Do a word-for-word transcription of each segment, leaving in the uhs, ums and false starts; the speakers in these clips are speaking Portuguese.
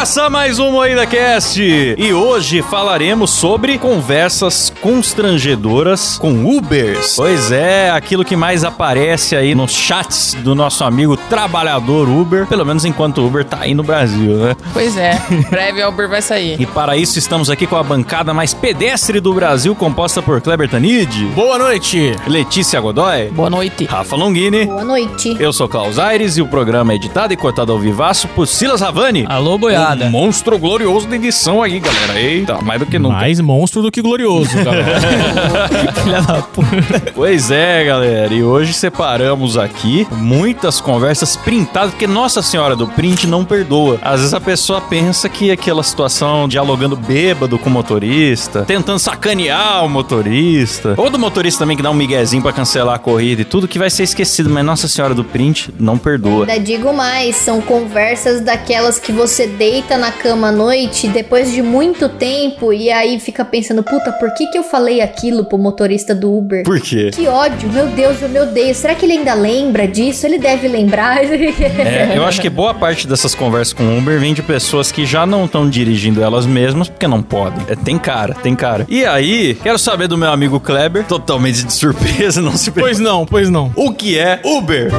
Começa mais um Moída Cast e hoje falaremos sobre conversas constrangedoras com Ubers. Pois é, aquilo que mais aparece aí nos chats do nosso amigo trabalhador Uber, pelo menos enquanto o Uber tá aí no Brasil, né? Pois é, breve o Uber vai sair. E para isso estamos aqui com a bancada mais pedestre do Brasil, composta por Kleber Tanid. Boa noite. Letícia Godoy. Boa noite. Rafa Longini. Boa noite. Eu sou Klaus Aires e o programa é editado e cortado ao vivaço por Silas Havani. Alô, boiada. Um monstro glorioso de edição aí, galera. Eita, mais do que nunca. Mais monstro do que glorioso, galera. Filha da puta. Pois é, galera. E hoje separamos aqui muitas conversas printadas, porque Nossa Senhora do Print não perdoa. Às vezes a pessoa pensa que aquela situação dialogando bêbado com o motorista, tentando sacanear o motorista, ou do motorista também que dá um miguezinho pra cancelar a corrida e tudo, que vai ser esquecido. Mas Nossa Senhora do Print não perdoa. Ainda digo mais, são conversas daquelas que você deita na cama à noite depois de muito tempo e aí fica pensando, puta, por que que eu falei aquilo pro motorista do Uber? Por quê? Que ódio, meu Deus, eu me odeio. Será que ele ainda lembra disso? Ele deve lembrar. É, eu acho que boa parte dessas conversas com o Uber vem de pessoas que já não estão dirigindo elas mesmas porque não podem. É, tem cara, tem cara. E aí, quero saber do meu amigo Kleber, totalmente de surpresa, não se Pois não, pois não. O que é Uber?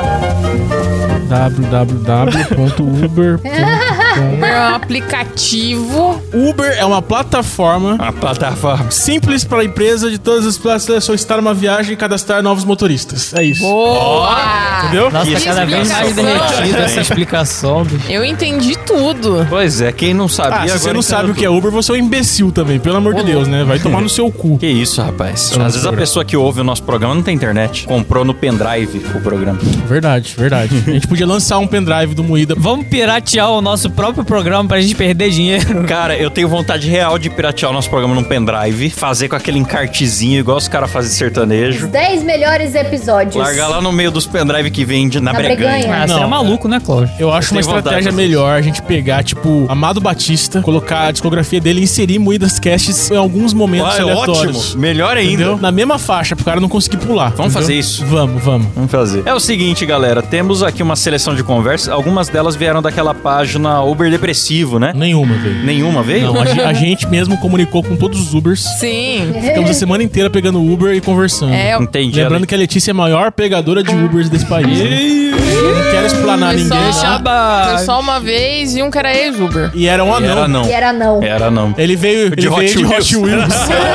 w w w ponto uber ponto com Uber é um aplicativo. Uber é uma plataforma A plataforma. simples para a empresa de todas as classes solicitar uma viagem e cadastrar novos motoristas. É isso. Boa! Entendeu? Nossa, Que cada vez mais explicação. derretido essa explicação. bicho. Eu entendi tudo. Pois é, quem não sabia Ah, se agora você não sabe entendeu o que é Uber, você é um imbecil também, pelo amor de Deus, né? Vai tomar no seu cu. Que isso, rapaz. Vamos Às vezes a programa. pessoa que ouve o nosso programa não tem internet. Comprou no pendrive o programa. Verdade, verdade. A gente podia lançar um pendrive do Moída. Vamos piratear o nosso próprio programa pra gente perder dinheiro. Cara, eu tenho vontade real de piratear o nosso programa num pendrive, fazer com aquele encartezinho, igual os caras fazem de sertanejo. dez melhores episódios. Largar lá no meio dos pendrive que vende na, Na Breganha. Breganha. Ah, você Não, é maluco, né, Cláudio? Eu acho Eu uma tenho vontade estratégia de fazer melhor a gente pegar, tipo, Amado Batista, colocar a discografia dele e inserir Moídas Casts em alguns momentos Ah, é aleatórios. ótimo. Melhor ainda. Entendeu? Na mesma faixa, pro cara não conseguir pular. Vamos entendeu? fazer isso. Vamos, vamos. Vamos fazer. É o seguinte, galera. Temos aqui uma seleção de conversas. Algumas delas vieram daquela página Uber Depressivo, né? Nenhuma, velho. Nenhuma veio? Não, a, ge- a gente mesmo comunicou com todos os Ubers. Sim. Ficamos a semana inteira pegando Uber e conversando. É, eu- Entendi. Lembrando que a Letícia é a maior pegadora de Ubers desse país. Né? Não quero explanar Foi ninguém. só- tá? Foi só uma vez e um que era ex-Uber. E era um anão. Era não. E era não. Era não. Ele veio De ele Hot veio de Wheels. Hot Wheels.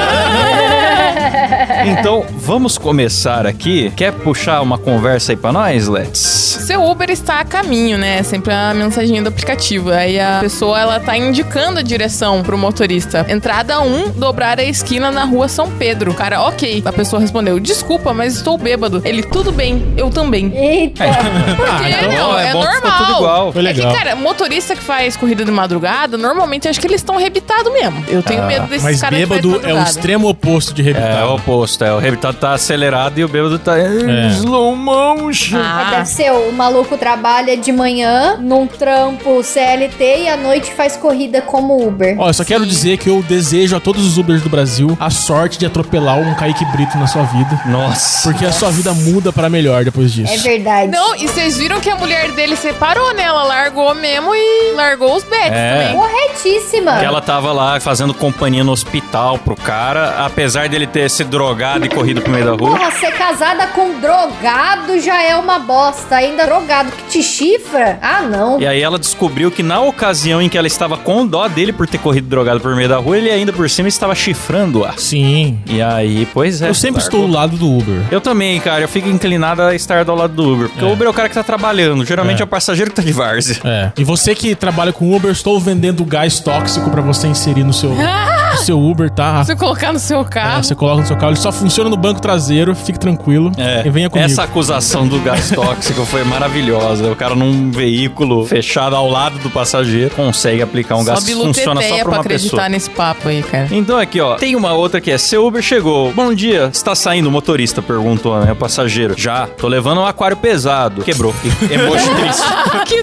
Então, vamos começar aqui. Quer puxar uma conversa aí pra nós, Let's? Seu Uber está a caminho, né? Sempre a mensaginha do aplicativo. Aí a pessoa, ela tá indicando a direção pro motorista. Entrada um, dobrar a esquina na rua São Pedro. O cara, ok. A pessoa respondeu, desculpa, mas estou bêbado. Ele, tudo bem, eu também. Eita. Porque, Ah, então meu, é é, bom que ficou normal. tudo igual. Foi É que, legal. cara, motorista que faz corrida de madrugada, normalmente acho que eles estão rebitados mesmo. Eu tenho Ah, medo desses Mas caras que faz bêbado é o madrugada. extremo oposto de É, rebitado. o oposto. É, o rebitado tá acelerado e o bêbado tá em slow motion. Ah. Deve ser, o maluco trabalha de manhã num trampo C L T e à noite faz corrida como Uber. Ó, eu só quero dizer que eu desejo a todos os Ubers do Brasil a sorte de atropelar um Kaique Brito na sua vida. Nossa. Porque a sua vida muda pra melhor depois disso. É verdade. Não, e vocês viram que a mulher dele separou, né? Ela largou mesmo e largou os bets É. também. Corretíssima. Que ela tava lá fazendo companhia no hospital pro cara, apesar dele ter se drogado e corrido pro meio da rua. Porra, ser casada com drogado já é uma bosta. Ainda drogado que te chifra? Ah, não. E aí ela descobriu que na ocasião em que ela estava com dó dele por ter corrido drogado por meio da rua, ele ainda por cima estava chifrando-a. Sim. E aí, pois é. Eu sempre largou. estou do lado do Uber. Eu também, cara. Eu fico inclinado a estar do lado do Uber. Porque É. o Uber é o cara que tá trabalhando. Geralmente é, É. o passageiro que tá de várzea. É. E você que trabalha com Uber, estou vendendo gás tóxico pra você inserir no seu, no seu Uber, tá? Se colocar no seu É, carro. você coloca no seu carro, ele só funciona no banco traseiro, fique tranquilo É. e venha comigo. Essa acusação do gás tóxico foi maravilhosa. O cara num veículo fechado ao lado do passageiro consegue aplicar um Só gás que funciona só biluteteia pra pra uma acreditar pessoa. nesse papo aí, cara. Então aqui, ó, tem uma outra que é: seu Uber chegou. Bom dia, está saindo? O motorista perguntou, né? O passageiro. Já, tô levando um aquário pesado. Quebrou. E- Emoji triste. que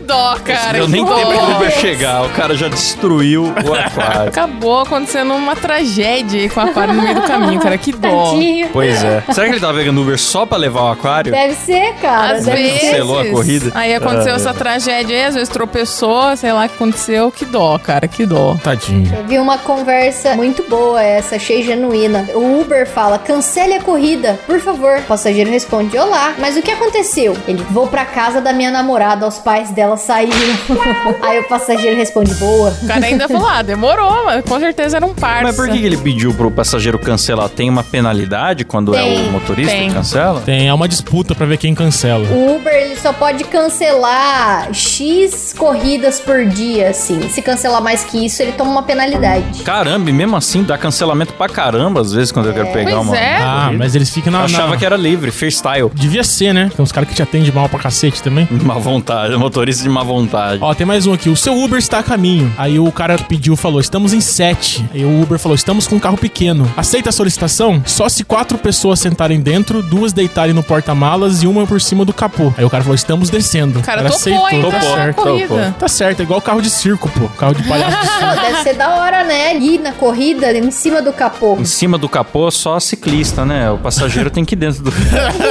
dó, cara. Deu que nem dó. tempo que ele vai chegar. O cara já destruiu o aquário. Acabou acontecendo uma tragédia aí com o aquário no meio do caminho, cara. Que dó. Tadinho. Pois é. Será que ele tava pegando Uber só pra levar o aquário? Deve ser, cara. Às deve vezes. ser. Cancelou a corrida? Aí aconteceu Ah, essa tragédia aí, às vezes tropeçou, sei lá o que aconteceu. Que dó, cara, que dó. Tadinho. Eu vi uma conversa muito boa essa, achei genuína. O Uber fala, cancele a corrida, por favor. O passageiro responde, olá, mas o que aconteceu? Ele, vou pra casa da minha namorada, os pais dela saíram. Aí o passageiro responde, boa. O cara ainda falou, ah, demorou, mas com certeza era um parça. Mas por que que ele pediu pro passageiro cancelar? Tem uma penalidade quando é Tem, o motorista tem. que cancela? Tem é uma disputa pra ver quem cancela. O Uber, ele só pode cancelar X corridas por dia, assim. Se cancelar mais que isso, ele toma uma penalidade. Caramba, e mesmo assim dá cancelamento pra caramba às vezes quando eu quero pegar Pois uma... é. Ah, mas eles ficam na... Eu achava na... que era livre, freestyle. Devia ser, né? Tem uns caras que te atendem mal pra cacete também. Má vontade, motorista de má vontade. Ó, tem mais um aqui. O seu Uber está a caminho. Aí o cara que pediu falou, estamos em sete. Aí o Uber falou, estamos com um carro pequeno. Aceita a solicitação? Só se quatro pessoas sentarem dentro, duas deitarem no porta-malas e uma por cima do capô. Aí o cara falou, estamos descendo. O cara Ela topou, hein? Topou, Tá na topou. corrida. Tá certo, é igual carro de circo, pô. Carro de palhaço de circo. Deve ser da hora, né? Ir na corrida, em cima do capô. Em cima do capô, só ciclista, né? O passageiro tem que ir dentro do...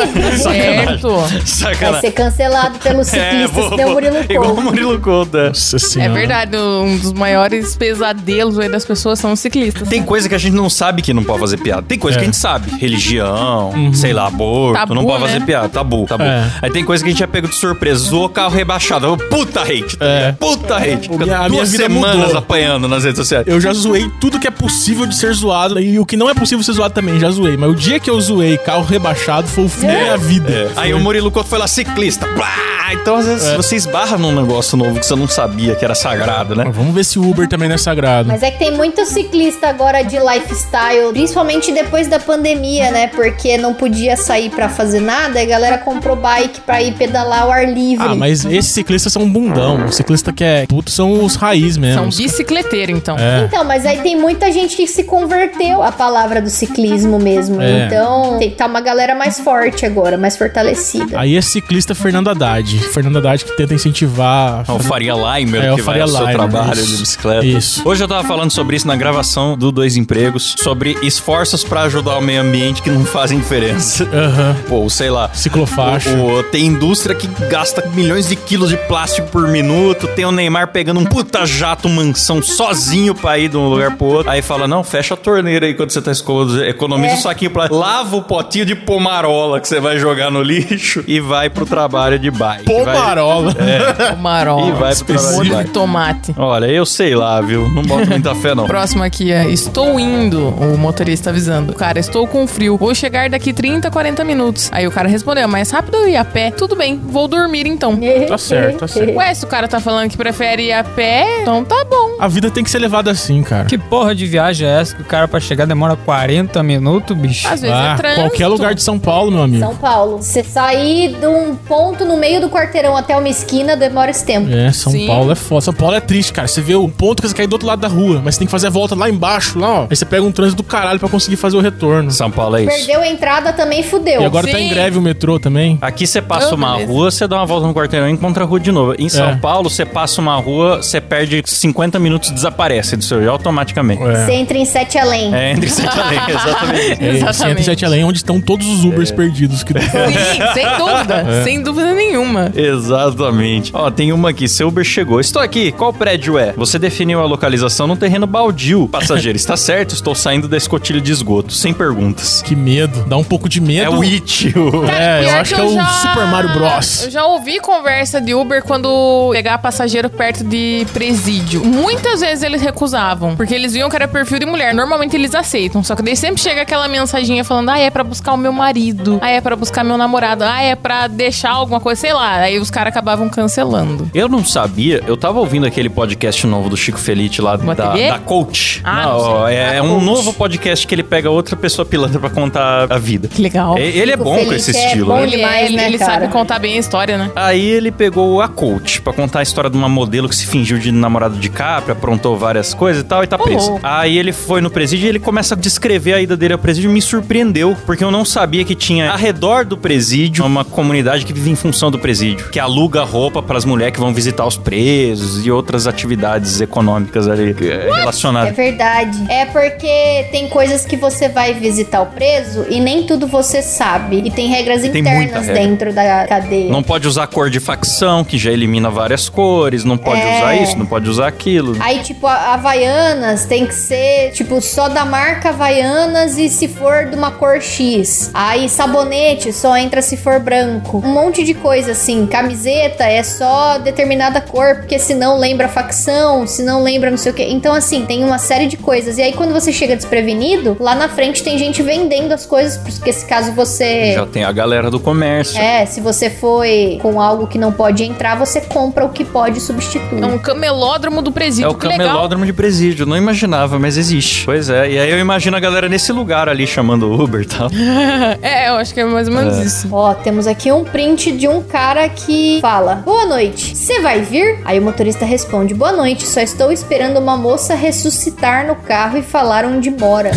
Certo. Vai Sacanagem. ser cancelado pelos ciclistas, vou- que nem o Murilo vou- Igual o Couto. Murilo Couto. é. Nossa É senhora. verdade, um dos maiores pesadelos aí das pessoas são os ciclistas. Tem coisa que a gente não sabe que não pode fazer piada. Tem coisa É. que a gente sabe. Religião, sei lá, aborto. Tabu, não pode né? fazer piada. Tabu, tabu. É. Aí tem coisa que a gente já pega de surpresa. Zoou carro rebaixado. Puta hate. Tá É. ligado? Puta hate. Fica Minha- a minha duas vida semanas mudou. apanhando nas redes sociais. Eu já zoei tudo que é possível de ser zoado. E o que não é possível ser zoado também, já zoei. Mas o dia que eu zoei carro rebaixado foi o fim da minha vida. É. Aí Foi. o Murilo Couto foi lá, ciclista. Blá! Então, às vezes, você esbarra num negócio novo que você não sabia que era sagrado, né? Mas vamos ver se o Uber também não é sagrado. Mas é que tem muito ciclista agora de lifestyle, principalmente depois da pandemia, né? Porque não podia sair pra fazer nada, e a galera comprou bike pra ir pedalar ao ar livre. Ah, mas esses ciclistas são um bundão. O ciclista que é puto são os raiz mesmo. São Os- bicicleteiros, então. É. Então, mas aí tem muita gente que se converteu à palavra do ciclismo mesmo. É. Então, tem que estar uma galera mais forte agora, mais fortalecida. Aí é ciclista Fernando Haddad. Fernando Haddad que tenta incentivar... É o Faria Limer É, o que vai Faria ao seu Limer, trabalho isso. de bicicleta. Isso. Hoje eu tava falando sobre isso na gravação do Dois Empregos, sobre esforços pra ajudar o meio ambiente que não fazem diferença. Aham. Pô, sei lá. Ciclofaixa. O- o- tem indústria que gasta milhões de quilos de plástico por minuto. Tem o Neymar pegando um puta jato mansão sozinho pra ir de um lugar pro outro. Aí fala, não, fecha a torneira aí quando você tá escovando. Economiza É. um saquinho pra... Lava o potinho de pomarola que você vai jogar no lixo e vai pro trabalho de bike. Vai- Pomarola. É. O Marol. E vai pro trabalho de Molho de bike. tomate. Olha, eu sei lá, viu? Não boto muita fé, não. Próximo aqui é, estou indo, o motorista avisando. Cara, estou com frio, vou chegar daqui trinta, quarenta minutos. Aí o cara respondeu, mais rápido eu ir a pé. Tudo bem, vou dormir então. Tá certo, tá certo. Ué, se o cara tá falando que prefere ir a pé, então tá bom. A vida tem que ser levada assim, cara. Que porra de viagem é essa que o cara pra chegar demora quarenta minutos, bicho? Às vezes Ah, é trânsito. qualquer lugar de São Paulo, meu amigo. São Paulo. Você sair de um ponto no meio do quarteirão até uma esquina, demora esse tempo. É, São Sim. Paulo é foda. São Paulo é triste, cara. Você vê o ponto que você cai do outro lado da rua, mas você tem que fazer a volta lá embaixo, lá, ó. Aí você pega um trânsito do caralho pra conseguir fazer o retorno. São Paulo é isso. Perdeu a entrada, também fudeu. E agora tá Sim. em greve o metrô também. Aqui você passa Oh, uma beleza. rua, você dá uma volta no quarteirão e encontra a rua de novo. Em São É. Paulo, você passa uma rua, você perde cinquenta minutos e desaparece do seu automaticamente. Você entra em sete além. É, entre sete além, exatamente. É, Exatamente. cento e sete além, onde estão todos os Ubers perdidos. Que... Sim, sem dúvida. É. Sem dúvida nenhuma. Exatamente. Ó, tem uma aqui. Seu Uber chegou. Estou aqui. Qual prédio é? Você definiu a localização num terreno baldio. Passageiro, está certo? Estou saindo da escotilha de esgoto. Sem perguntas. que medo. Dá um pouco de medo. É o It. o- É, eu Pior acho que é o Super Mario Bros. Eu já ouvi conversa de Uber quando pegar passageiro perto de presídio. Muitas vezes eles recusavam, porque eles viam que era perfil de mulher. Normalmente eles aceitam, só que daí sempre chega aquela mensaginha falando: ah, é pra buscar o meu marido, ah, é pra buscar meu namorado, ah, é pra deixar alguma coisa, sei lá. Aí os caras acabavam cancelando. Eu não sabia, eu tava ouvindo aquele podcast novo do Chico Felitti lá Uma da, T V? da Coach. Ah, Não, não sei. ó, é, é um Coach. novo podcast que ele pega outra pessoa pilantra pra contar a vida. Que legal. E- Ele é Chico bom com Felitti esse é estilo, bom né? Ele, demais, ele, né, ele cara? sabe contar bem a história, né? Aí ele pegou a Coach pra contar a história de uma modelo que se fingiu de namorado de Capri, aprontou várias coisas e tal, e tá preso. Oh. Aí ele foi no presídio e ele começa a descrever a ida dele ao presídio e me surpreendeu, porque eu não sabia que tinha ao redor do presídio uma comunidade que vive em função do presídio, que aluga roupa pras mulheres que vão visitar os presos e outras atividades econômicas ali É relacionadas. verdade. É porque tem coisas que você vai visitar o preso e nem tudo você sabe. E tem regras Tem muita internas regra. dentro da cadeia. Não pode usar cor de facção, que já elimina várias cores. Não pode É. usar isso, não pode usar aquilo. Aí, tipo, a Havaianas tem que ser, tipo, só da marca Havaianas e se for de uma cor X. Aí, sabonete só entra se for branco. Um monte de coisa, assim. Camiseta é só determinada cor, porque senão lembra facção, senão lembra não sei o quê. Então, assim, tem uma série de coisas. E aí, quando você chega desprevenido, lá na frente tem gente vendendo as coisas, porque se caso você... Já tem a galera do comércio. É, se você foi com algo que não pode entrar, você compra o que pode substituir. É um camelódromo do presídio. É o que legal. camelódromo de presídio. Não imaginava, mas existe. Pois é. E aí eu imagino a galera nesse lugar ali chamando Uber e tal. É, eu acho que é mais ou menos isso. Ó, temos aqui um print de um cara que fala: boa noite, você vai vir? Aí o motorista responde: boa noite, só estou esperando uma moça ressuscitar no carro e falar onde mora.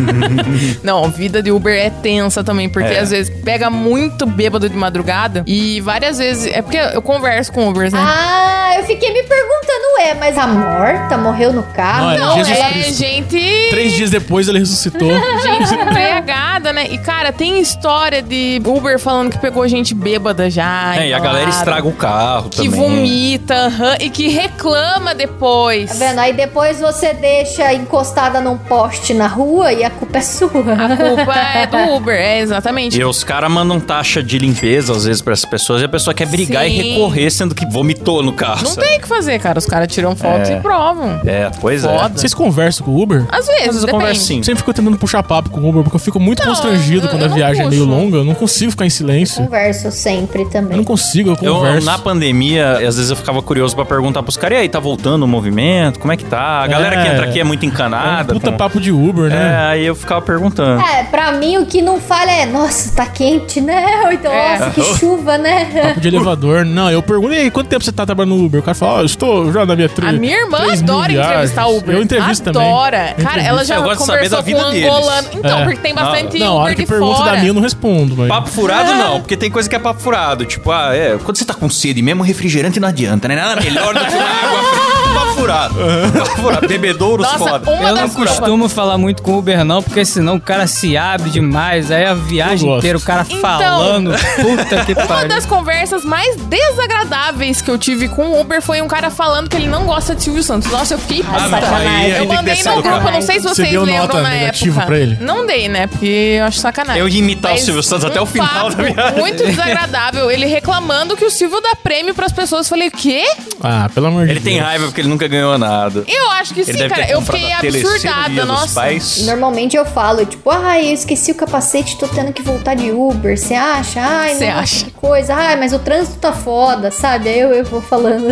Não, a vida de Uber é tensa também, porque É. às vezes pega muito bêbado de madrugada e várias vezes... É porque eu converso com Ubers, né? Ah, eu fiquei me perguntando, ué, mas a morta morreu no carro? Não, é Não, Jesus é Cristo. gente... Três dias depois ele ressuscitou. Gente embriagada, né? E, cara, tem história de Uber falando que pegou gente bêbada já. É, e a galera embalada, estraga o carro que também. vomita aham, e que reclama depois. Tá vendo? Aí depois você deixa encostada num poste na rua e a culpa é sua. A culpa é do Uber, é exatamente. E os caras mandam taxa de limpeza, às vezes, pra essas pessoas, e a pessoa quer brigar Sim. e recorrer, sendo que vomitou no carro. Não sabe? tem o que fazer, cara. Os caras tiram fotos É. e provam. É, pois Foda. Vocês conversam com o Uber? Às vezes, Às vezes eu depende. converso sim. Eu sempre fico tentando puxar papo com o Uber, porque eu fico muito Não, constrangido eu- quando eu a não viagem é meio puxo. longa. Eu não consigo ficar em silêncio. Converso sempre Eu também. não consigo, eu Eu, converso. na pandemia, às vezes eu ficava curioso pra perguntar pros caras, e aí, tá voltando o movimento? Como é que tá? A galera É. que entra aqui é muito É um encanada. puta com- papo de Uber, É, né? aí eu ficava perguntando. É, pra mim o que não falha é, nossa, tá quente, né? Ou então, É. nossa, que chuva, né? Papo de elevador. Não, eu pergunto, e aí, quanto tempo você tá trabalhando no Uber? O cara fala, ó, eu estou já na minha tri- A minha irmã três mil adora viagens. entrevistar Uber. Eu entrevisto adora. também. Eu Cara, ela entrevisto. já Eu gosto de saber da conversou vida com um deles. angolano. Então, É. porque tem bastante Não, a Uber hora que de pergunta fora. da minha eu não respondo, mas... Papo furado É. não, porque tem coisa que é papo furado. Tipo, ah, é, quando você tá com sede mesmo, refrigerante não adianta, né? Nada melhor do que uma água fria. Papo furado. Papo furado. Bebedouros Nossa, foda. uma Eu não das costumo falar muito com o Uber, não, porque senão o cara se abre demais. Aí a viagem Eu gosto. inteira, o cara Então, falando. Puta que Uma pariu. das conversas mais desagradáveis que eu tive com o Uber foi um cara falando que ele não gosta de Silvio Santos. Nossa, eu fiquei... Ah, Ah, mas sacanagem. aí, aí eu tem que mandei descer no do grupo, carro. eu não sei se Você vocês deu lembram nota na negativa época. pra ele? Não dei, né? Porque eu acho sacanagem. Eu ia imitar o Mas Silvio Santos até um o final da papo viagem. muito desagradável. Ele reclamando que o Silvio dá prêmio pras pessoas. Eu falei, o quê? Ah, pelo amor de Ele Deus. tem raiva porque ele nunca ganhou nada. Eu acho que Ele sim, deve cara. ter Eu comprado fiquei a Telecine absurdada, Dia dos nossa. Pais. Normalmente eu falo, tipo, ai, eu esqueci o capacete, tô tendo que voltar de Uber. Você acha? Ai, Cê nossa, acha? que coisa. Ai, mas o trânsito tá foda, sabe? Aí eu, eu vou falando.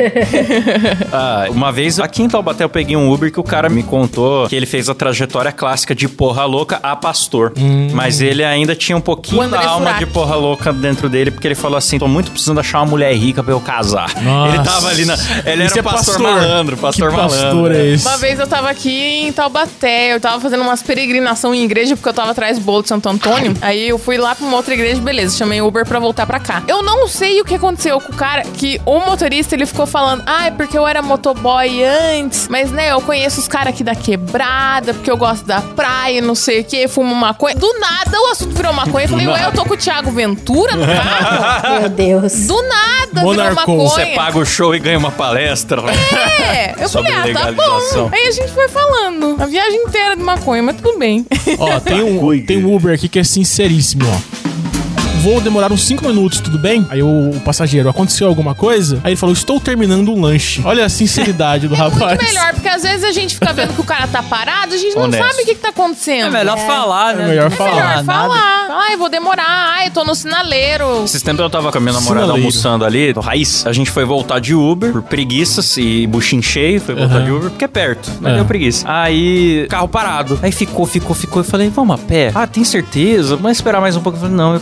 Ah, uma vez aqui em Taubaté eu peguei um Uber que o cara me contou que ele fez a trajetória clássica de porra louca a pastor. Mas ele ainda tinha um O pouquinho André da alma Furaki. de porra louca dentro dele, porque ele falou assim: tô muito precisando achar uma mulher rica pra eu casar. Nossa. Ele tava ali na. Ele Esse era é pastor, pastor. malandro, pastor que malandro. pastor é esse? Uma vez eu tava aqui em Taubaté, eu tava fazendo umas peregrinação em igreja, porque eu tava atrás do bolo de Santo Antônio. Aí eu fui lá pra uma outra igreja, beleza, chamei o Uber pra voltar pra cá. Eu não sei o que aconteceu com o cara, que o motorista, ele ficou falando, ah, é porque eu era motoboy antes, mas, né, eu conheço os caras aqui da quebrada, porque eu gosto da praia, não sei o que, fumo maconha. Do nada o assunto virou maconha. Eu falei, ué, eu tô com o Thiago Ventura no carro? Meu Deus. Do nada Monarcou. virou Você maconha. paga o show e ganha uma palestra. É, eu Sobre falei, ah, tá legalização. bom. Aí a gente foi falando, a viagem inteira de maconha, mas tudo bem. Ó, tem um, tem um Uber aqui que é sinceríssimo, ó. Vou demorar uns cinco minutos, tudo bem? Aí o, o passageiro, aconteceu alguma coisa? Aí ele falou, estou terminando um lanche. Olha a sinceridade do rapaz. Muito melhor, porque às vezes a gente fica vendo que o cara tá parado, a gente não Honesto. sabe o que, que tá acontecendo. É melhor falar, né? É melhor Não falar. Melhor nada. falar. Ai, vou demorar. Ai, eu tô no sinaleiro. Esses tempos eu tava com a minha namorada Sinaleiro. almoçando ali, no Raiz. A gente foi voltar de Uber por preguiças e buchinho cheio. Foi voltar Uhum. de Uber porque é perto, mas É. deu preguiça. Aí, carro parado. Aí ficou, ficou, ficou. Eu falei, vamos a pé? Ah, tem certeza? Vamos esperar mais um pouco. Eu falei, não, eu tô achando que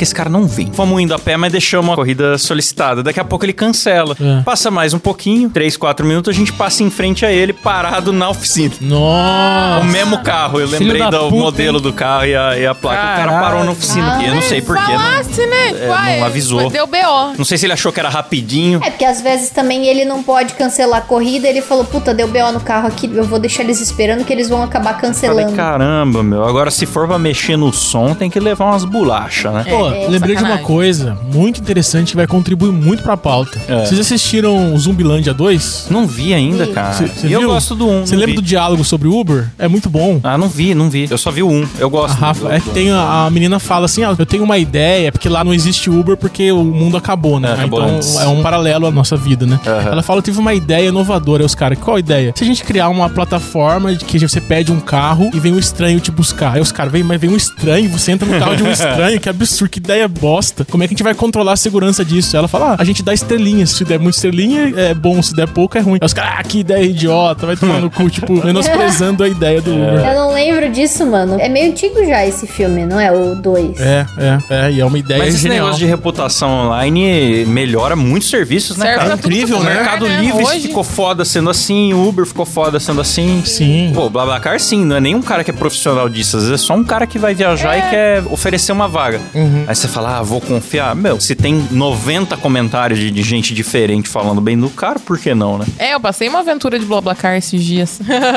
que esse cara não vem. Fomos indo a pé, mas deixamos a corrida solicitada. Daqui a pouco ele cancela. É. Passa mais um pouquinho, três, quatro minutos, a gente passa em frente a ele, parado na oficina. Nossa. O mesmo carro. Eu Filho lembrei da do puta, modelo do carro e a, e a placa. O cara Caralho. parou na oficina aqui. Eu não sei porquê. Não, Falasse, né? É, Uai, não avisou. Deu B O. não sei se ele achou que era rapidinho. É, porque às vezes também ele não pode cancelar a corrida. Ele falou, puta, deu B O no carro aqui, eu vou deixar eles esperando que eles vão acabar cancelando. Falei, caramba, meu. Agora, se for pra mexer no som, tem que levar umas bolachas, né? Pô, É, lembrei de uma sacanagem. coisa muito interessante que vai contribuir muito pra pauta. É. Vocês assistiram o Zumbilândia dois? Não vi ainda, cara. Cê- cê e eu viu? gosto do um. Você não lembra vi. do diálogo sobre o Uber? É muito bom. Ah, não vi, não vi. Eu só vi o um. Eu A gosto. Rafa, do- é do- que tem a, a menina fala assim, ah, eu tenho uma ideia, porque lá não existe Uber porque o mundo acabou, né? É, acabou então antes. é um paralelo à nossa vida, né? Aham. Ela fala, eu tive uma ideia inovadora. Aí os caras, qual a ideia? Se a gente criar uma plataforma de que você pede um carro e vem um estranho te buscar. Aí os caras, vem, mas vem um estranho, você entra no carro de um estranho, que absurdo, que ideia bosta. Como é que a gente vai controlar a segurança disso? Ela fala, ah, a gente dá estrelinhas. Se der muito estrelinha, é bom. Se der pouco, é ruim. Aí os caras, ah, que ideia idiota, vai tomar no cu, tipo, menosprezando a ideia do Uber. Eu não lembro disso, mano. É meio antigo já esse filme, não é? O dois. É, é, é, e é uma ideia Mas esse genial. negócio de reputação online melhora muitos serviços, né, Serve cara? pra tudo Incrível, quanto é né? lugar, Mercado Livre Hoje- ficou foda sendo assim, o Uber ficou foda sendo assim. Sim. Pô, o BlaBlaCar sim, não é nem um cara que é profissional disso, às vezes é só um cara que vai viajar e quer oferecer uma vaga. Aí você fala, ah, vou confiar. Meu, se tem noventa comentários de, de gente diferente falando bem do cara, por que não, né? É, eu passei uma aventura de BlaBlaCar esses dias.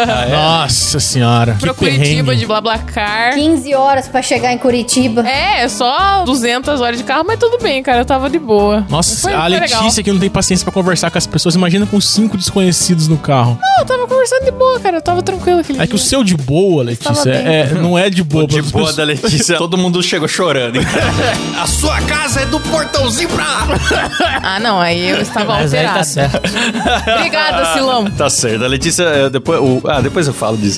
Nossa senhora. Pra que Curitiba perrengue. de BlaBlaCar. quinze horas pra chegar em Curitiba. É, só duzentas horas de carro, mas tudo bem, cara, eu tava de boa. Nossa, Foi- a foi legal. Letícia que não tem paciência pra conversar com as pessoas. Imagina com cinco desconhecidos no carro. Não, eu tava conversando de boa, cara, eu tava tranquilo aquele É que o dia. seu de boa, Letícia, Tava bem. é, não é de boa. De as boa pessoas- da Letícia, todo mundo chegou chorando. hein? A sua casa é do portãozinho pra... Ah, não, aí eu estava Mas aí alterada. tá certo. Obrigada, Silão. Tá certo, a Letícia, é, depois, o- ah, depois eu falo disso.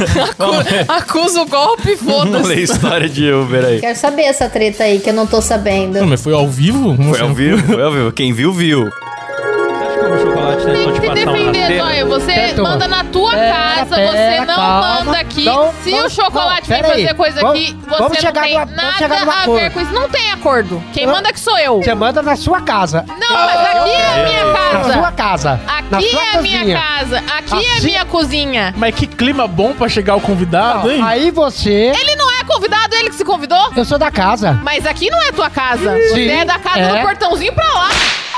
Acusa o golpe e Vamos ler foda-se. história de Uber aí. Quero saber essa treta aí, que eu não tô sabendo. Não, mas foi ao vivo? Como Foi ao assim? vivo, foi ao vivo. Quem viu, viu. Você acha que o chocolate Tem que se defender, Zóia. Você Pera, manda na tua pera, casa, pera, você não calma. manda aqui. Não, Se não, o chocolate não, vem pera aí. fazer coisa Vamos- aqui, vamos você não chegar tem numa- vamos chegar nada num a ver acordo. com isso. Não tem acordo. Quem Eu- manda que sou eu. Você manda na sua casa. Não, mas aqui é a minha Na sua casa. casa. na Aqui sua é a minha cozinha. casa. Aqui é a Assim- minha cozinha. Mas que clima bom pra chegar o convidado, hein? Aí você... Ele não é convidado, ele que se convidou. Eu sou da casa. Mas aqui não é tua casa. Você Sim, é da casa é. do portãozinho pra lá.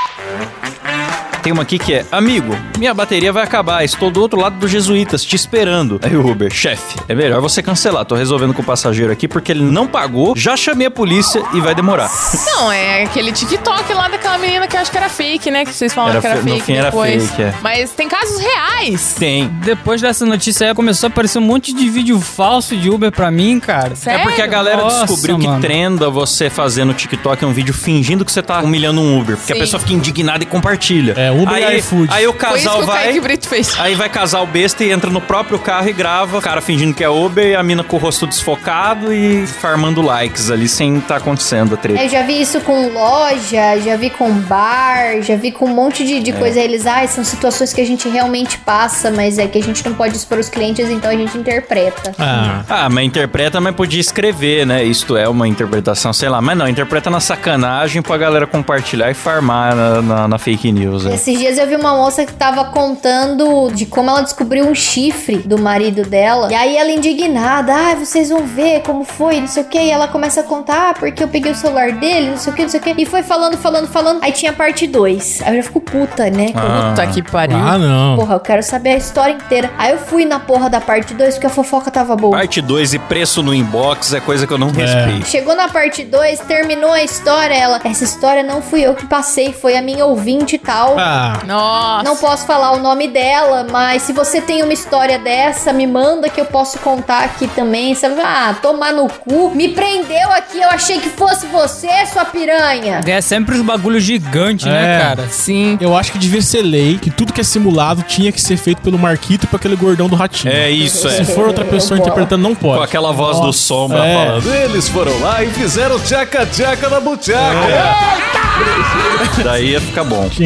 Tem uma aqui que é: amigo, minha bateria vai acabar, estou do outro lado dos jesuítas, te esperando. Aí o Uber: chefe, é melhor você cancelar, tô resolvendo com o passageiro aqui porque ele não pagou, já chamei a polícia e vai demorar. Não, é aquele TikTok lá daquela menina que eu acho que era fake, né? Que vocês falaram Era que era fe- no fake fim era depois. fake, é. Mas tem casos reais. Tem. Depois dessa notícia aí, começou a aparecer um monte de vídeo falso de Uber pra mim, cara. Sério? É porque a galera Nossa, descobriu que mano. trenda você fazer no TikTok um vídeo fingindo que você tá humilhando um Uber. Porque Sim. a pessoa fica indignada e compartilha. É, Uber e aí, iFood. Aí o Foi isso que casal o vai... Kaique Brito fez. Aí vai casal besta e entra no próprio carro e grava. O cara fingindo que é Uber e a mina com o rosto desfocado e farmando likes ali sem tá acontecendo a treta. Eu já vi isso com loja, já vi com bar, já vi com um monte de, de coisa. Eles, ah, são situações que a gente realmente passa, mas é que a gente não pode expor os clientes, então a gente interpreta. Ah, Ah, mas interpreta, mas podia escrever, né? Isto é uma interpretação, sei lá. Mas não, interpreta na sacanagem pra galera compartilhar e farmar na, na- na fake news. né? Esses dias eu vi uma moça que tava contando de como ela descobriu um chifre do marido dela. E aí ela indignada, ah, vocês vão ver como foi, não sei o que. E ela começa a contar, ah, porque eu peguei o celular dele, não sei o que, não sei o que. E foi falando, falando, falando. Aí tinha parte dois. Aí eu já fico puta, né? Ah. Puta que pariu. ah, não. Porra, eu quero saber a história inteira. Aí eu fui na porra da parte dois porque a fofoca tava boa. Parte dois e preço no inbox é coisa que eu não respeito. Chegou na parte dois, terminou a história, ela, essa história não fui eu que passei, foi a minha ouvinte e tal. Ah, Nossa. Não posso falar o nome dela, mas se você tem uma história dessa, me manda que eu posso contar aqui também. Sabe? Ah, tomar no cu. Me prendeu aqui, eu achei que fosse você, sua piranha. É sempre os bagulhos gigantes, É. né, cara? Sim. eu acho que devia ser lei que tudo que é simulado tinha que ser feito pelo Marquito e por aquele gordão do ratinho. É isso, Se é. for outra pessoa interpretando, não pode. Com aquela voz do Sombra É. falando. Eles foram lá e fizeram tchaca-tchaca na buchaca. Daí ia ficar bom. Tinha que ser assim.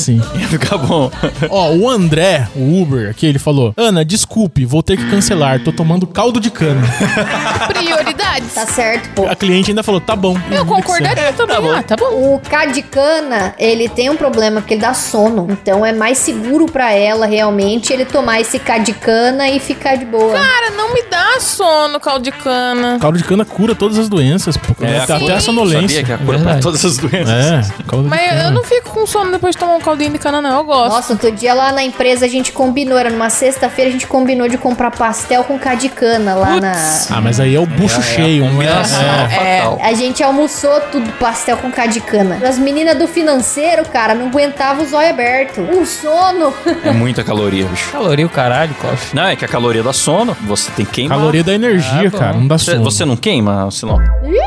assim. Ia ficar bom. Ó, o André, o Uber, aqui, ele falou: Ana, desculpe, vou ter que cancelar, tô tomando caldo de cana. Prioridades. Tá certo, pô. A cliente ainda falou: tá bom. Eu concordaria também. Tá bom. Ah, tá bom. O K de cana, ele tem um problema, porque ele dá sono. Então é mais seguro pra ela, realmente, ele tomar esse K de cana e ficar de boa. Cara, não me dá sono, caldo de cana. Caldo de cana cura todas as doenças, pô. É, Até cura- a sonolência. Sabia que é a cura pra Verdade. todas as doenças. É, caldo de Mas cana. eu não fico com sono depois de tomar um caldinho de cana, não. Eu gosto. Nossa, outro dia lá na empresa a gente combinou, era numa sexta-feira, a gente combinou de comprar pastel com K de cana lá na... Ah, mas aí é o bucho cheio, não é? combinação é. fatal. A gente almoçou tudo, pastel com K de cana. As meninas do financeiro, cara, não aguentavam os olhos abertos. Um sono. É muita caloria, bicho. Caloria o caralho, Costa. Não, é que a caloria dá sono, você tem que queimar. Caloria da energia, Ah, bom. cara, não dá Você, sono. você não queima, Silão?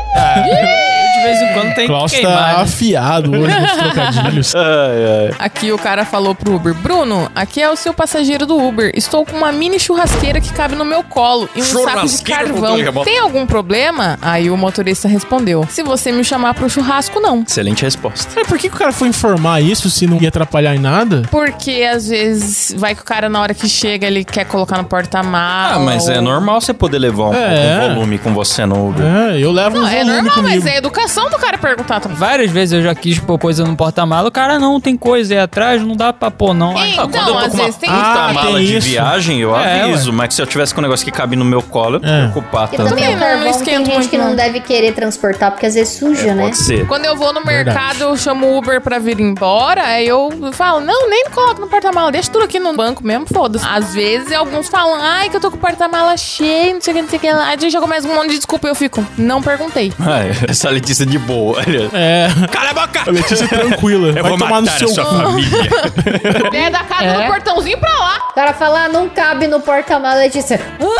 De vez em quando tem Klaus que queimar. tá né? afiado hoje nos trocadilhos. Ai, ai. Aqui o cara falou pro Uber: Bruno, aqui é o seu passageiro do Uber. Estou com uma mini churrasqueira que cabe no meu colo e um saco de Churrasqueira com carvão. controle remoto. Tem algum problema? Aí o motorista respondeu: se você me chamar pro churrasco, não. Excelente resposta. Mas por que, que o cara foi informar isso se não ia atrapalhar em nada? Porque às vezes vai que o cara, na hora que chega, ele quer colocar no porta-malas. Ah, mas é normal você poder levar um, É. um volume com você no Uber. É, eu levo Não, um é volume normal, comigo. mas é educação do cara perguntar também. Várias vezes eu já quis pôr coisa no porta-mala. O cara, não, tem coisa aí atrás, não dá pra pôr, não. Aí, Então, Ah, quando eu tô às com uma vezes tem puta isso Ah, também. mala tem de isso. viagem, eu É, aviso. Mas se eu tivesse com um negócio que cabe no meu colo, eu não É. me preocupar Porque tanto. também Também o não, não carvão tem esquenta gente muito, que não, não. deve querer transportar, porque às vezes suja, né? Pode ser. Quando eu vou no Verdade. mercado, eu chamo o Uber pra vir embora, aí eu falo: não, nem me coloca no porta-mala, deixa tudo aqui no banco mesmo, foda-se. Às vezes alguns falam: ai, que eu tô com o porta-mala cheio, não sei o que, não sei o que lá. A gente já começa um monte de desculpa e eu fico: não perguntei. Ai, essa Letícia de boa, olha. É, Cala a boca! a Letícia é tranquila. Eu Vai vou tomar no matar seu a sua cu. família. É da casa É. do portãozinho pra lá. O cara fala, ah, não cabe no porta-mala, Letícia.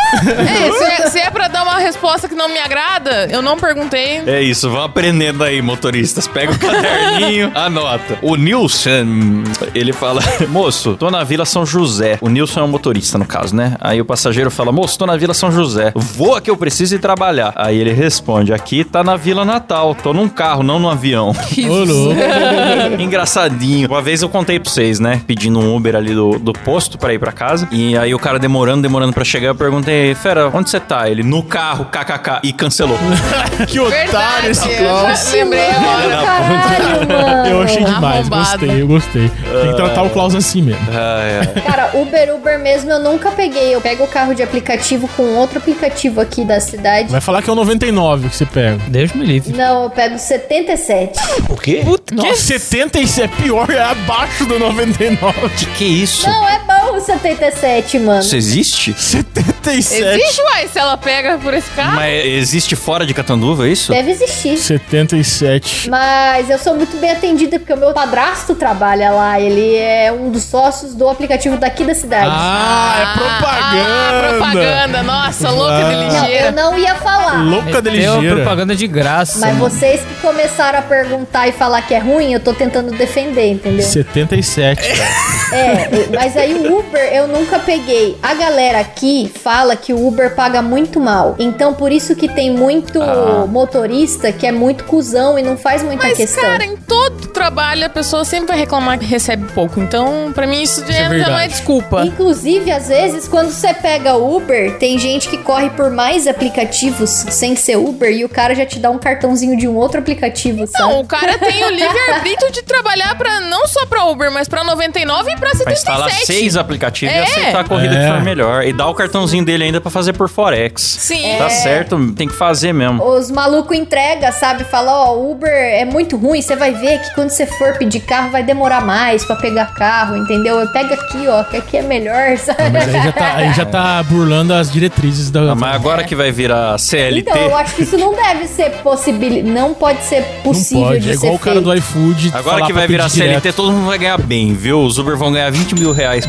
É, se, é, se é pra dar uma resposta que não me agrada, eu não perguntei. É isso, vão aprendendo aí, motoristas. Pega o caderninho, anota. O Nilson, ele fala: moço, tô na Vila São José. O Nilson é um motorista, no caso, né? Aí o passageiro fala: moço, tô na Vila São José. Voa que eu preciso ir trabalhar. Aí ele responde: aqui tá na Vila Natal. Tô num carro, não num avião. Ô, louco. Engraçadinho. Uma vez eu contei pra vocês, né? Pedindo um Uber ali do, do posto pra ir pra casa. E aí o cara demorando, demorando pra chegar. Eu perguntei: fera, onde você tá? Ele: no carro, kkk. E cancelou. Que otário Verdade, esse eu Klaus. já lembrei agora. Caralho, mano. Eu achei demais, Arrombado. gostei, eu gostei. Tem que tratar o Klaus assim mesmo. Ai, ai. Cara, Uber, Uber mesmo eu nunca peguei. Eu pego o carro de aplicativo com outro aplicativo aqui da cidade. Vai falar que é o noventa e nove que você pega. Deus me livre. Não, eu pego setenta e sete. O quê? Nossa, setenta e sete é pior, é abaixo do noventa e nove. Que que é isso? Não, é bom o setenta e sete, mano. Isso existe? setenta e sete. Existe, uai, se ela pega por esse carro? Mas existe fora de Catanduva, é isso? Deve existir. setenta e sete. Mas eu sou muito bem atendida porque o meu padrasto trabalha lá. Ele é um dos sócios do aplicativo daqui da cidade. Ah, é propaganda. Ah, propaganda. Nossa, louca Ah. de Não, eu ligeira. não ia falar. Louca de Meteu ligeira. propaganda de graça. Mas mano. vocês que começaram a perguntar e falar que é ruim, eu tô tentando defender, entendeu? setenta e sete, cara. É, mas aí o Uber eu nunca peguei. A galera aqui fala que o Uber paga muito mal. Então por isso que tem muito Ah. motorista que é muito cuzão e não faz muita Mas, questão. cara, em todo trabalho a pessoa sempre vai reclamar que recebe pouco. Então, pra mim, isso, Isso é já, já não é verdade. desculpa. Inclusive, às vezes, quando você pega Uber, tem gente que corre por mais aplicativos sem ser Uber e o cara já te dá um cartãozinho de um outro aplicativo, sabe? Não, o cara tem o livre-arbítrio de trabalhar pra, não só pra Uber, mas pra noventa e nove e pra setenta Pra e instalar sete. seis aplicativos É. e aceitar a corrida É. que for melhor. E dar o cartãozinho dele ainda pra fazer por Forex. Sim. Tá certo, tem que fazer mesmo. Os malucos entregam, sabe? Fala, ó, Uber é muito ruim, você vai ver que quando você for pedir carro vai demorar mais pra pegar carro, entendeu? Eu pego aqui, ó, que aqui é melhor, sabe? Mas aí já, tá, aí já tá burlando as diretrizes da... Ah, mas agora que vai virar C L T, Então, eu acho que isso não deve ser possível, não pode ser Não possível pode, de é ser igual o cara feito. do iFood. agora falar que pra vai virar pedir C L T, direto. todo mundo vai ganhar bem, viu? Os Uber vão ganhar vinte mil reais por Vão.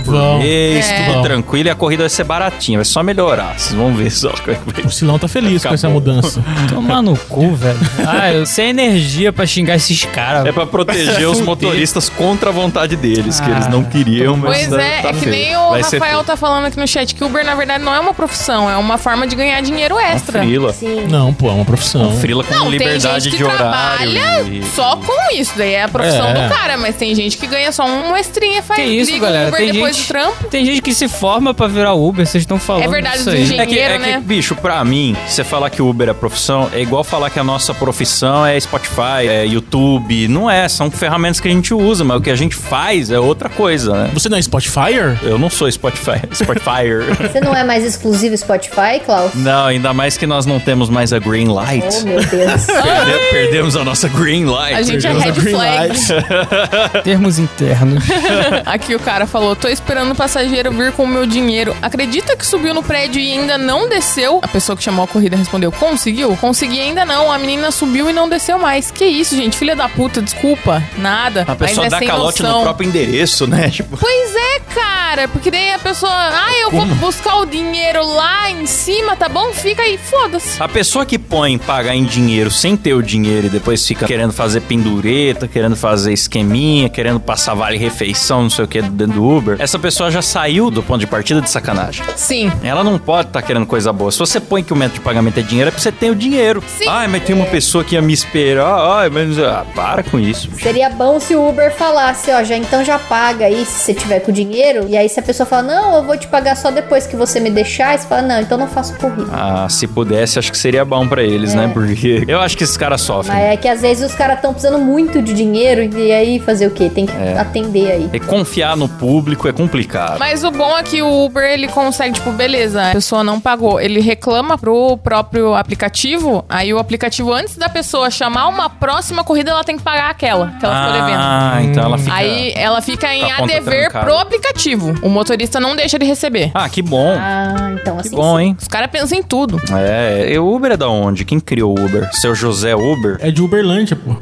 vez, É. tudo Bom. tranquilo e a corrida vai ser baratinha, vai só melhorar. Vocês vão ver só como é que vai O Silão tá feliz com essa mudança. Tomar no cu, velho. Ah, eu sem energia pra xingar esses caras. É pra proteger os Fuder. motoristas contra a vontade deles, que Ah. eles não queriam, mas Pois tá- é, tá é que feio. nem o Vai ser Rafael feio. tá falando aqui no chat que Uber, na verdade, não é uma profissão, é uma forma de ganhar dinheiro extra. Frila. Sim. Não, pô, é uma profissão. Frila com Não, tem liberdade gente que de horário. trabalha e- só com isso, daí é a profissão É. do cara, mas tem gente que ganha só uma extrinha, faz Que isso, liga o galera? Uber Tem depois gente, do trampo. tem gente que se forma pra virar Uber, vocês estão falando É verdade, disso do aí. engenheiro. É que, é né? que, bicho, pra mim, você falar que o Uber é profissão é igual falar que a nossa profissão é Spotify, é YouTube. Não é, são ferramentas que a gente usa, mas o que a gente faz é outra coisa, né? Você não é Spotifyer? Eu não sou Spotify, Spotifyer. Você não é mais exclusivo Spotify, Klaus? Não, ainda mais que nós não temos mais a Green Light. Oh, meu Deus. Perde- perdemos a nossa Green Light. A gente é Perdemos a red green flag. light. Termos internos. Aqui o cara falou, tô esperando o passageiro vir com o meu dinheiro. Acredita que subiu no prédio e ainda não desceu? A pessoa que chamou a corrida respondeu, conseguiu? Consegui ainda não, a menina subiu e não desceu mais. Que isso, gente, filha da puta, desculpa. Nada. A pessoa Ainda é dá sem calote noção. no próprio endereço, né? Tipo, Pois é, cara, porque daí a pessoa, ah, eu vou buscar o dinheiro lá em cima, tá bom? Fica aí, foda-se. a pessoa que põe pagar em dinheiro sem ter o dinheiro e depois fica querendo fazer pendureta, querendo fazer esqueminha, querendo passar vale-refeição, não sei o que, dentro do Uber, essa pessoa já saiu do ponto de partida de sacanagem. Sim. Ela não pode estar querendo coisa boa. Se você põe que o método de pagamento é dinheiro, é porque você tem o dinheiro. Sim. Ai, mas tem uma pessoa que ia me esperar. Ai, mas... Ah, para com isso. bicho. Seria bom se o Uber falasse, ó, já então já paga aí se você tiver com o dinheiro. E aí se a pessoa fala, não, eu vou te pagar só depois que você me deixar, aí você fala, não, então não faço corrida. Ah, se pudesse, acho que seria bom pra eles, né? Porque eu acho que esses caras sofrem. Mas é que às vezes os caras estão precisando muito de dinheiro e aí fazer o quê? Tem que atender aí. E confiar no público é complicado. Mas o bom é que o Uber, ele consegue, tipo, beleza, a pessoa não pagou. Ele reclama pro próprio aplicativo, aí o aplicativo, antes da pessoa chamar uma próxima corrida, ela tem que pagar aquela, que ela ficou devendo. Ah, então ela fica... Aí ela fica em com a a conta dever trancada. pro aplicativo. O motorista não deixa de receber. Ah, que bom. Ah, então Que assim. bom, hein? Os caras pensam em tudo. É, e o Uber é da onde? Quem criou o Uber? Seu José Uber? É de Uberlândia, pô.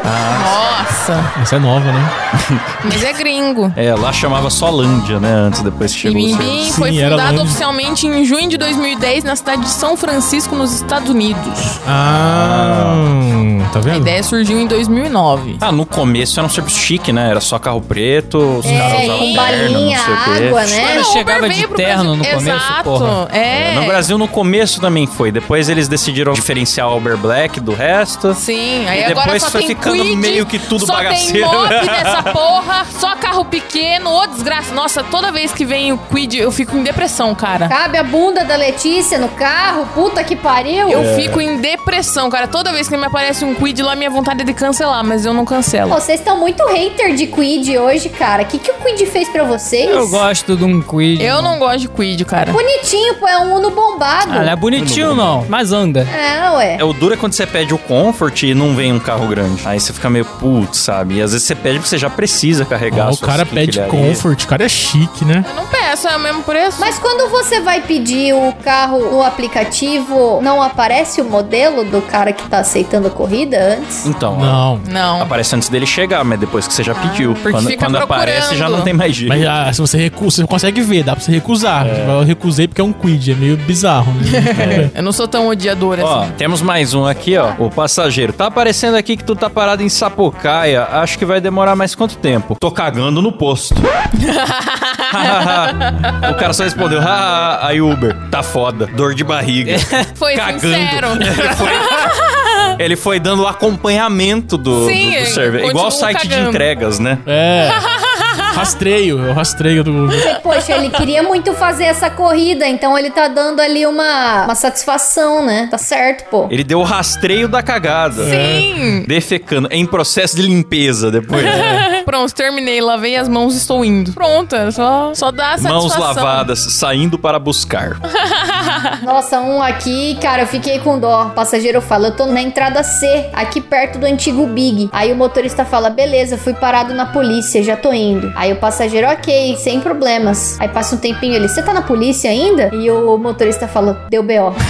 Nossa, Essa é nova, né? mas é gringo. É, lá chamava só Lândia, né? Antes, depois que chegou o seu. Ibimbim foi Sim, era fundado longe. oficialmente em junho de dois mil e dez na cidade de São Francisco, nos Estados Unidos. Ah, tá A vendo? ideia surgiu em dois mil e nove. Ah, no começo era um serviço chique, né? Era só carro preto, os É, caras usavam com terno, balinha, não sei o quê. água, né? Mas Não, o chegava Uber de veio pro terno no Brasil. começo, Exato. porra. É. No Brasil, no começo também foi. Depois eles decidiram diferenciar o Uber Black do resto. Sim, aí E agora depois só foi tem ficando Kwid, meio que tudo só bagaceiro. tem mob nessa porra, só carro pequeno, ô desgraça. Nossa, toda vez que vem o Kwid, eu fico em depressão, cara. Cabe a bunda da Letícia no carro, puta que pariu. Eu fico em depressão, cara. Toda vez que me aparece um Kwid lá, minha vontade é de cancelar, mas eu não cancelo. Pô, vocês estão muito hater de Kwid hoje, cara. O que, que o Kwid fez pra vocês? Eu gosto de um Kwid. Eu não gosto de Kwid, cara. Bonitinho, pô, é um Uno bombado. Ah, não é bonitinho não, mas anda. É, ué. É, o duro é quando você pede o Comfort e não vem um carro grande. Aí você fica meio putz, sabe? E às vezes você pede porque você já precisa carregar Ó, a o sua cara pede quinquilharia. comfort, o cara é chique, né? Eu não peço, é o mesmo preço. Mas quando você vai pedir o carro no aplicativo, não aparece o modelo do cara que tá aceitando a corrida antes? Então, ó, Não. Não. aparece antes dele chegar, mas depois que você já pediu. porque quando fica quando aparece, procurando. já não tem mais jeito. Mas ah, se você recusa, você consegue ver, dá pra você recusar. Eu recusei porque é um quid, é meio bizarro, né? Eu não sou tão odiadora Ó, assim. temos mais um aqui, ó. O passageiro. Tá aparecendo aqui que tu tá parado em Sapucaia. Acho que vai demorar mais quanto tempo? Tô cagando no posto. O cara só respondeu, ah, aí Uber, tá foda, dor de barriga. Foi Cagando. sincero. Ele foi, ele foi dando o acompanhamento do, Sim, do, do ele server. Igual o continua site de cagando. entregas, né? É. Rastreio, é o rastreio do Uber. Porque, poxa, ele queria muito fazer essa corrida, então ele tá dando ali uma, uma satisfação, né? Tá certo, pô. Ele deu o rastreio da cagada. Sim. Defecando. Em processo de limpeza depois. né? Pronto, terminei, lavei as mãos e estou indo. Pronto, é só, só dá a satisfação. Mãos lavadas, saindo para buscar. Nossa, um aqui, cara, eu fiquei com dó. O passageiro fala, eu tô na entrada C, aqui perto do antigo Big. Aí o motorista fala, beleza, fui parado na polícia, já tô indo. Aí o passageiro, ok, sem problemas. Aí passa um tempinho ele, você tá na polícia ainda? E o motorista fala, deu B O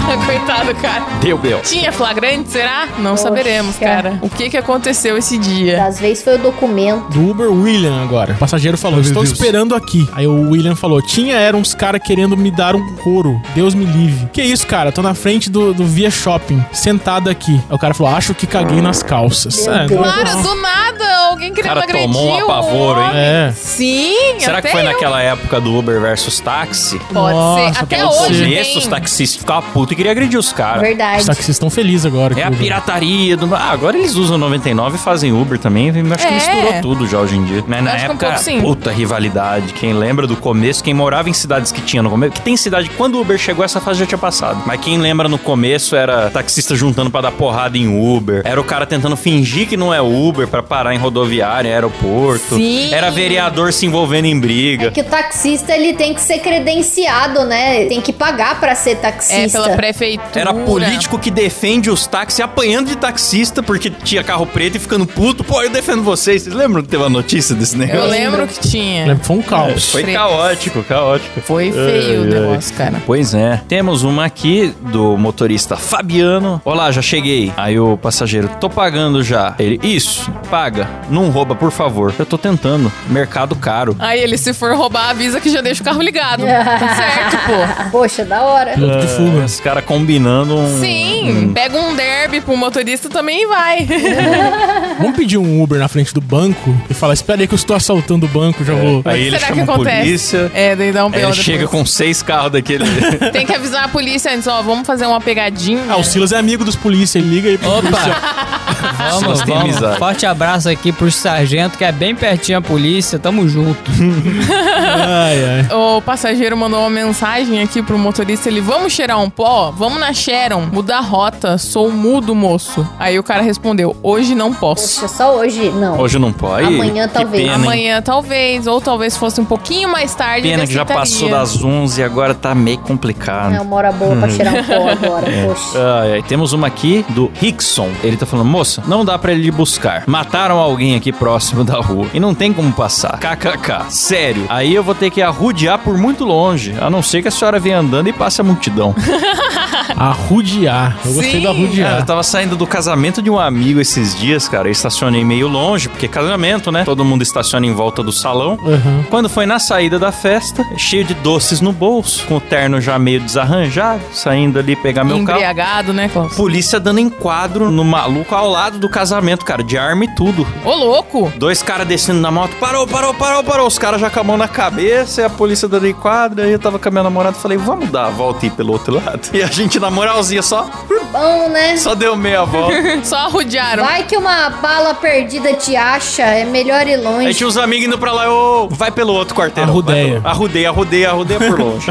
Coitado, cara. Deu, Bel. Tinha flagrante, será? Não Poxa. saberemos, cara. O que que aconteceu esse dia? Às vezes foi o documento. Do Uber William agora. O passageiro falou, estou Deus. esperando aqui. Aí o William falou, tinha, eram uns caras querendo me dar um couro. Deus me livre. Que isso, cara? Tô na frente do, do Via Shopping, sentado aqui. Aí o cara falou, acho que caguei nas calças. Meu É, Deus. Cara, do nada, alguém querendo Cara, agredir tomou um o apavoro, hein? homem. É. Sim, Será até que foi eu. naquela época do Uber versus táxi? Pode Nossa, ser. Até pode No hoje começo, tem. os taxistas ficavam putos e queriam agredir os caras. Verdade. Os taxistas estão felizes agora. É que a o Uber- pirataria do... Ah, agora eles usam noventa e nove e fazem Uber também. Acho que É. misturou tudo já hoje em dia. Mas na Acho que um época, pouco sim. puta rivalidade. Quem lembra do começo, quem morava em cidades que tinha no começo... Que tem cidade, quando o Uber chegou, essa fase já tinha passado. Mas quem lembra no começo era taxista juntando pra dar porrada em Uber. Era o cara tentando fingir que não é Uber pra parar em rodoviária, em aeroporto. Sim. Era vereador se envolvendo em briga. É que o taxista, ele tem que ser credenciado, né? Tem que pagar pra ser É, taxista. pela prefeitura. Era político que defende os táxis apanhando de taxista porque tinha carro preto e ficando puto. Pô, eu defendo vocês. Vocês lembram que teve uma notícia desse negócio? Eu lembro que tinha. Lembra que foi um caos. Foi Tretas. caótico, caótico. Foi feio o Ai, ai. negócio, cara. Pois é. Temos uma aqui do motorista Fabiano. Olá, já cheguei. Aí o passageiro, tô pagando já. Ele, isso, paga. Não rouba, por favor. Eu tô tentando. Mercado caro. Aí ele, se for roubar, avisa que já deixa o carro ligado. Tá certo, pô. Poxa, da hora. Piloto de fuga. Os caras combinando um... Sim, pega um derby pro motorista também e vai. Vamos pedir um Uber na frente do banco e falar, espera aí que eu estou assaltando o banco, já vou... Aí ele Será que chama a acontece? polícia. É, daí dá um Aí B O ele depois. chega com seis carros daquele... Tem que avisar a polícia antes, ó, vamos fazer uma pegadinha. Ah, o Silas é amigo dos polícia, ele liga aí pro policial. Vamos, Silas tem vamos. amizade. Forte abraço aqui pro sargento, que é bem pertinho a polícia. Tamo junto. Ai, ai. O passageiro mandou uma mensagem aqui pro motorista, ele, vamos cheirar um pó? Vamos na Sharon, mudar a rota, sou mudo, moço. Aí o cara respondeu, hoje não posso. Poxa, só hoje, não. Hoje não pode. Amanhã, Que talvez. pena, hein? Amanhã talvez, ou talvez fosse um pouquinho mais tarde. Pena ele que já aceitaria. passou das onze e agora tá meio complicado. É uma hora boa pra cheirar um pó agora, poxa. Ah, é. Temos uma aqui do Rickson. Ele tá falando, moça, não dá pra ele ir buscar. Mataram alguém aqui próximo da rua e não tem como passar. K K K. Sério. Aí eu vou ter que arrudear por muito longe, a não ser que a senhora venha andando e passe a multidão. Arrudear. Eu gostei Sim. do Cara, arrudear. eu tava saindo do casamento de um amigo esses dias, cara. Eu estacionei meio longe, porque é casamento, né? Todo mundo estaciona em volta do salão. Uhum. Quando foi na saída da festa, cheio de doces no bolso, com o terno já meio desarranjado, saindo ali pegar meu carro. Embriagado, né, Klaus? Polícia dando enquadro no maluco ao lado do casamento, cara, de arma e tudo. Ô, louco! Dois caras descendo na moto, parou, parou, parou, parou. Os caras já com a mão na cabeça e a polícia dando enquadro. Aí eu tava com a minha namorada e falei, vamos dar a volta e ir pelo outro lado. E a gente, na moralzinha, só, Bom, né? só deu meia volta. Só arrudearam. Vai que uma bala perdida te acha, é melhor ir Aí longe. tinha uns amigos indo pra lá, ô, vai pelo outro quarteirão. Arrudeia. vai pelo- Arrudeia, arrudeia, arrudeia por longe.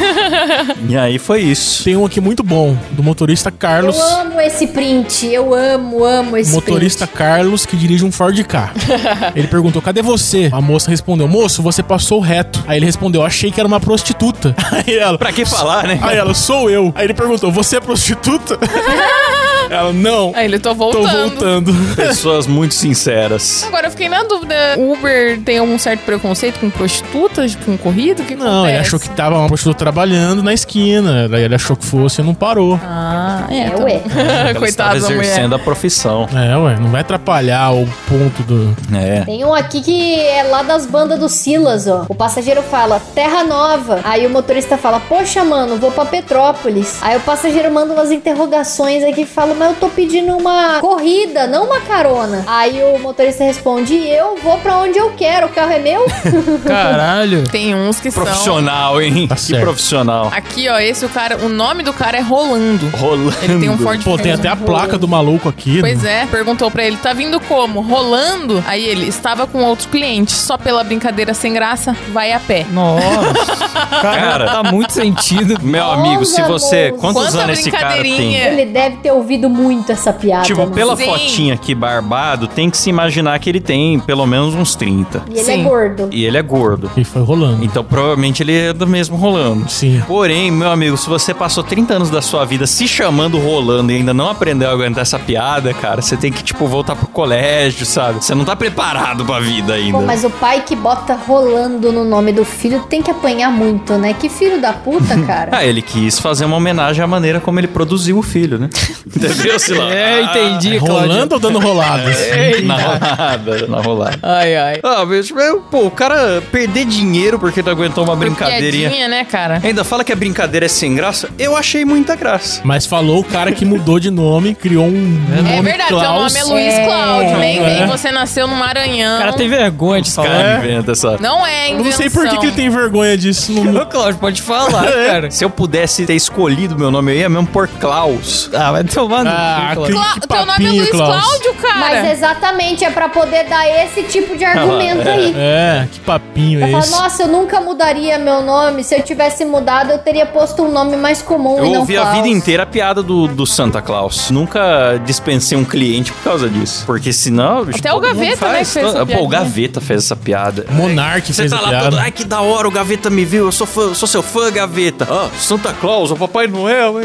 E aí foi isso. Tem um aqui muito bom, do motorista Carlos. Eu amo esse print, eu amo, amo esse Motorista print. Carlos, que dirige um Ford Ka. Ele perguntou, cadê você? A moça respondeu, moço, você passou reto. Aí ele respondeu, achei que era uma prostituta. Aí ela, Pra que falar, né? aí ela, sou eu. Aí ele perguntou, você é prostituta? Ela, não, Aí ele, tô tô voltando. voltando. Pessoas muito sinceras. Agora eu fiquei na dúvida, o Uber tem um certo preconceito com prostitutas, com corrida? O que Não, ele acontece? achou que tava uma prostituta trabalhando na esquina. Daí ele achou que fosse e não parou. Ah, é, É, tá ué. bom. Ela Coitada estava da mulher. exercendo a profissão. É, ué, não vai atrapalhar o ponto do... É. Tem um aqui que é lá das bandas do Silas, ó. O passageiro fala, Terra Nova. Aí o motorista fala, poxa, mano, vou pra Petrópolis. Aí o passageiro manda umas interrogações aqui e fala, mas eu tô pedindo uma corrida, não uma carona. Aí o motorista responde, eu vou pra onde eu quero, o carro é meu? Caralho. Tem uns que são... Profissional, hein? Tá que certo. profissional. Aqui, ó, esse o cara, o nome do cara é Rolando. Rolando. Ele tem um Ford Pô, tem Fusion. até a placa do maluco aqui. Pois é, perguntou pra ele, tá vindo como? Rolando? Aí ele, estava com outro cliente, só pela brincadeira sem graça, vai a pé. Nossa. Cara, Tá muito sentido. meu amigo, se você... moço. Quantos Quanta anos esse cara tem? brincadeirinha. Ele deve ter ouvido muito essa piada. Tipo, né? pela Sim. fotinha aqui barbado, tem que se imaginar que ele tem pelo menos uns trinta. E ele Sim. é gordo. E ele é gordo. E foi rolando. Então provavelmente ele é do mesmo rolando. Sim. Porém, meu amigo, se você passou trinta anos da sua vida se chamando chamando Rolando e ainda não aprendeu a aguentar essa piada, cara, você tem que, tipo, voltar pro colégio, sabe? Você não tá preparado pra vida ainda. Pô, mas o pai que bota Rolando no nome do filho tem que apanhar muito, né? Que filho da puta, cara. Ah, ele quis fazer uma homenagem à maneira como ele produziu o filho, né? Entendeu, Silão? É, entendi, Cláudio. Rolando ou dando roladas? É, na rolada, na rolada. Ai, ai. Ah, mas, pô, o cara perder dinheiro porque não aguentou uma brincadeirinha. Piadinha, né, cara? Ainda fala que a brincadeira é sem graça. Eu achei muita graça. Mas falou o cara que mudou de nome, criou um nome É verdade, Klaus. teu nome é Luiz É. Cláudio. Nem, É. nem você nasceu no Maranhão. O cara tem vergonha de Os falar. caras inventam essa... Não é Eu invenção. não sei por que, que ele tem vergonha disso. Não... Ô, Cláudio, pode falar, cara. Se eu pudesse ter escolhido meu nome, eu ia mesmo por Klaus. Ah, vai tomar no Ah, cu, Cláudio. Clá- que teu nome é papinho, Luiz Klaus. Cláudio, cara. Mas exatamente, é pra poder dar esse tipo de argumento aí. É, que papinho Pra é falar, esse? nossa, eu nunca mudaria meu nome. Se eu tivesse mudado, eu teria posto um nome mais comum Eu e não ouvi a Klaus. vida inteira a piada do, do Santa Claus. Nunca dispensei um cliente por causa disso. Porque senão... bicho, Até o todo mundo Gaveta, né, faz. que fez essa Pô, o piadinha. Gaveta fez essa piada. Monark Você fez tá a lá piada. todo... Ai, que da hora, o Gaveta me viu. Eu sou, fã, eu sou seu fã, Gaveta. Ah, Santa Claus, o Papai Noel, hein?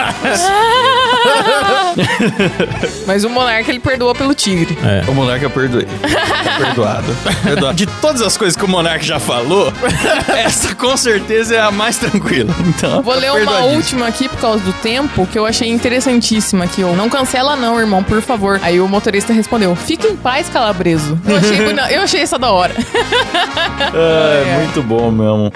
Mas o Monarca, ele perdoou pelo tigre. O Monarca eu perdoei. Tá perdoado. Perdoado. De todas as coisas que o Monarca já falou, essa com certeza é a mais tranquila. Então, Vou ler uma perdoadíssimo. última aqui por causa do tempo, que eu achei interessantíssima aqui, ó. Não cancela não, irmão, por favor. Aí o motorista respondeu, fica em paz, calabreso. Eu achei, boni- eu achei essa da hora. É, muito bom mesmo.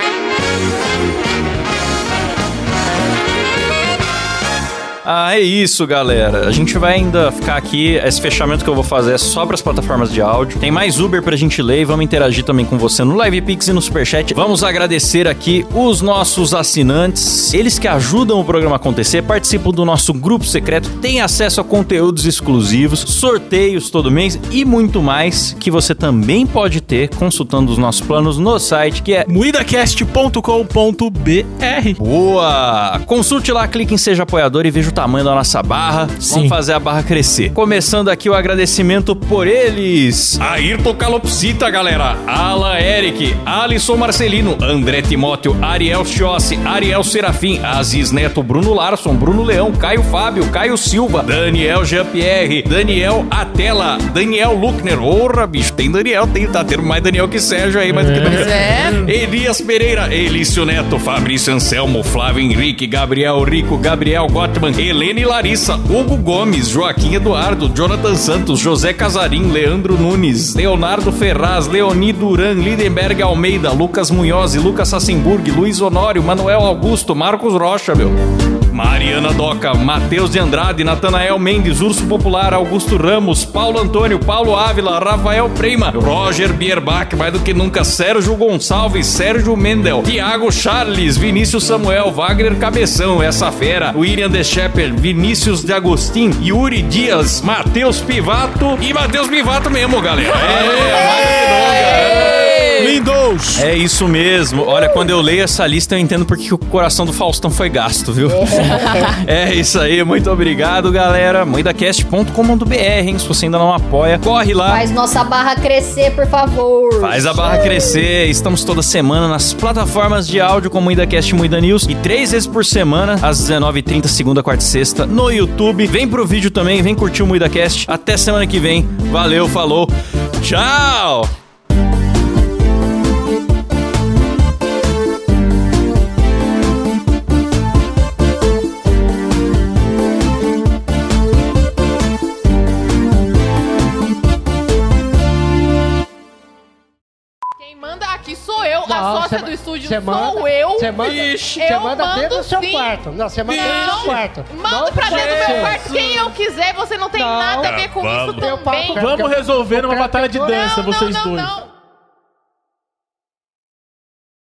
Ah, é isso, galera. A gente vai ainda ficar aqui. Esse fechamento que eu vou fazer é só para as plataformas de áudio. Tem mais Uber pra gente ler e vamos interagir também com você no Live Pix e no Superchat. Vamos agradecer aqui os nossos assinantes. Eles que ajudam o programa a acontecer, participam do nosso grupo secreto, têm acesso a conteúdos exclusivos, sorteios todo mês e muito mais que você também pode ter consultando os nossos planos no site, que é moidacast ponto com ponto b r. Boa! Consulte lá, clique em Seja Apoiador e veja o tamanho da nossa barra. Sim. Vamos fazer a barra crescer. Começando aqui o agradecimento por eles. Ayrton Calopsita, galera. Alan Eric, Alisson Marcelino, André Timóteo, Ariel Chiossi, Ariel Serafim, Aziz Neto, Bruno Larson, Bruno Leão, Caio Fábio, Caio Silva, Daniel Jean-Pierre, Daniel Atela, Daniel Luckner. Orra, bicho, tem Daniel, tem, tá tendo mais Daniel que Sérgio aí, mas do que Pois é. Elias Pereira, Elício Neto, Fabrício Anselmo, Flávio Henrique, Gabriel Rico, Gabriel Gottman, Helena e Larissa, Hugo Gomes, Joaquim Eduardo, Jonathan Santos, José Casarim, Leandro Nunes, Leonardo Ferraz, Leoni Duran, Lindenberg Almeida, Lucas Munhoz, Lucas Sassenburg, Luiz Honório, Manuel Augusto, Marcos Rocha, meu. Mariana Doca, Matheus de Andrade, Natanael Mendes, Urso Popular, Augusto Ramos, Paulo Antônio, Paulo Ávila, Rafael Prema, Roger Bierbach, mais do que nunca, Sérgio Gonçalves, Sérgio Mendel, Thiago Charles, Vinícius Samuel, Wagner Cabeção, essa fera, William De Shepper, Vinícius de Agostin, Yuri Dias, Matheus Pivato e Matheus Pivato mesmo, galera. É, Windows! é isso mesmo. Olha, quando eu leio essa lista, eu entendo porque que o coração do Faustão foi gasto, viu? É isso aí, muito obrigado, galera. moidacast ponto com ponto b r, hein? Se você ainda não apoia, corre lá. Faz nossa barra crescer, por favor. Faz a barra crescer. Estamos toda semana nas plataformas de áudio como MuidaCast e Muida News. E três vezes por semana, às dezenove e trinta, segunda, quarta e sexta, no YouTube. Vem pro vídeo também, vem curtir o MuidaCast. Até semana que vem. Valeu, falou. Tchau! Quem manda aqui sou eu, a Não, sócia cê- do estúdio cê sou manda- eu. Você manda, Ixi, cê eu manda dentro mando do seu sim. quarto. Não, você manda dentro do seu quarto. Manda Não pra dentro do meu você. quarto quem eu quiser, você não tem Não. nada a ver com isso Meu também. papo- Vamos resolver numa Eu quero batalha de que- dança, Não, vocês não, não, dois. não.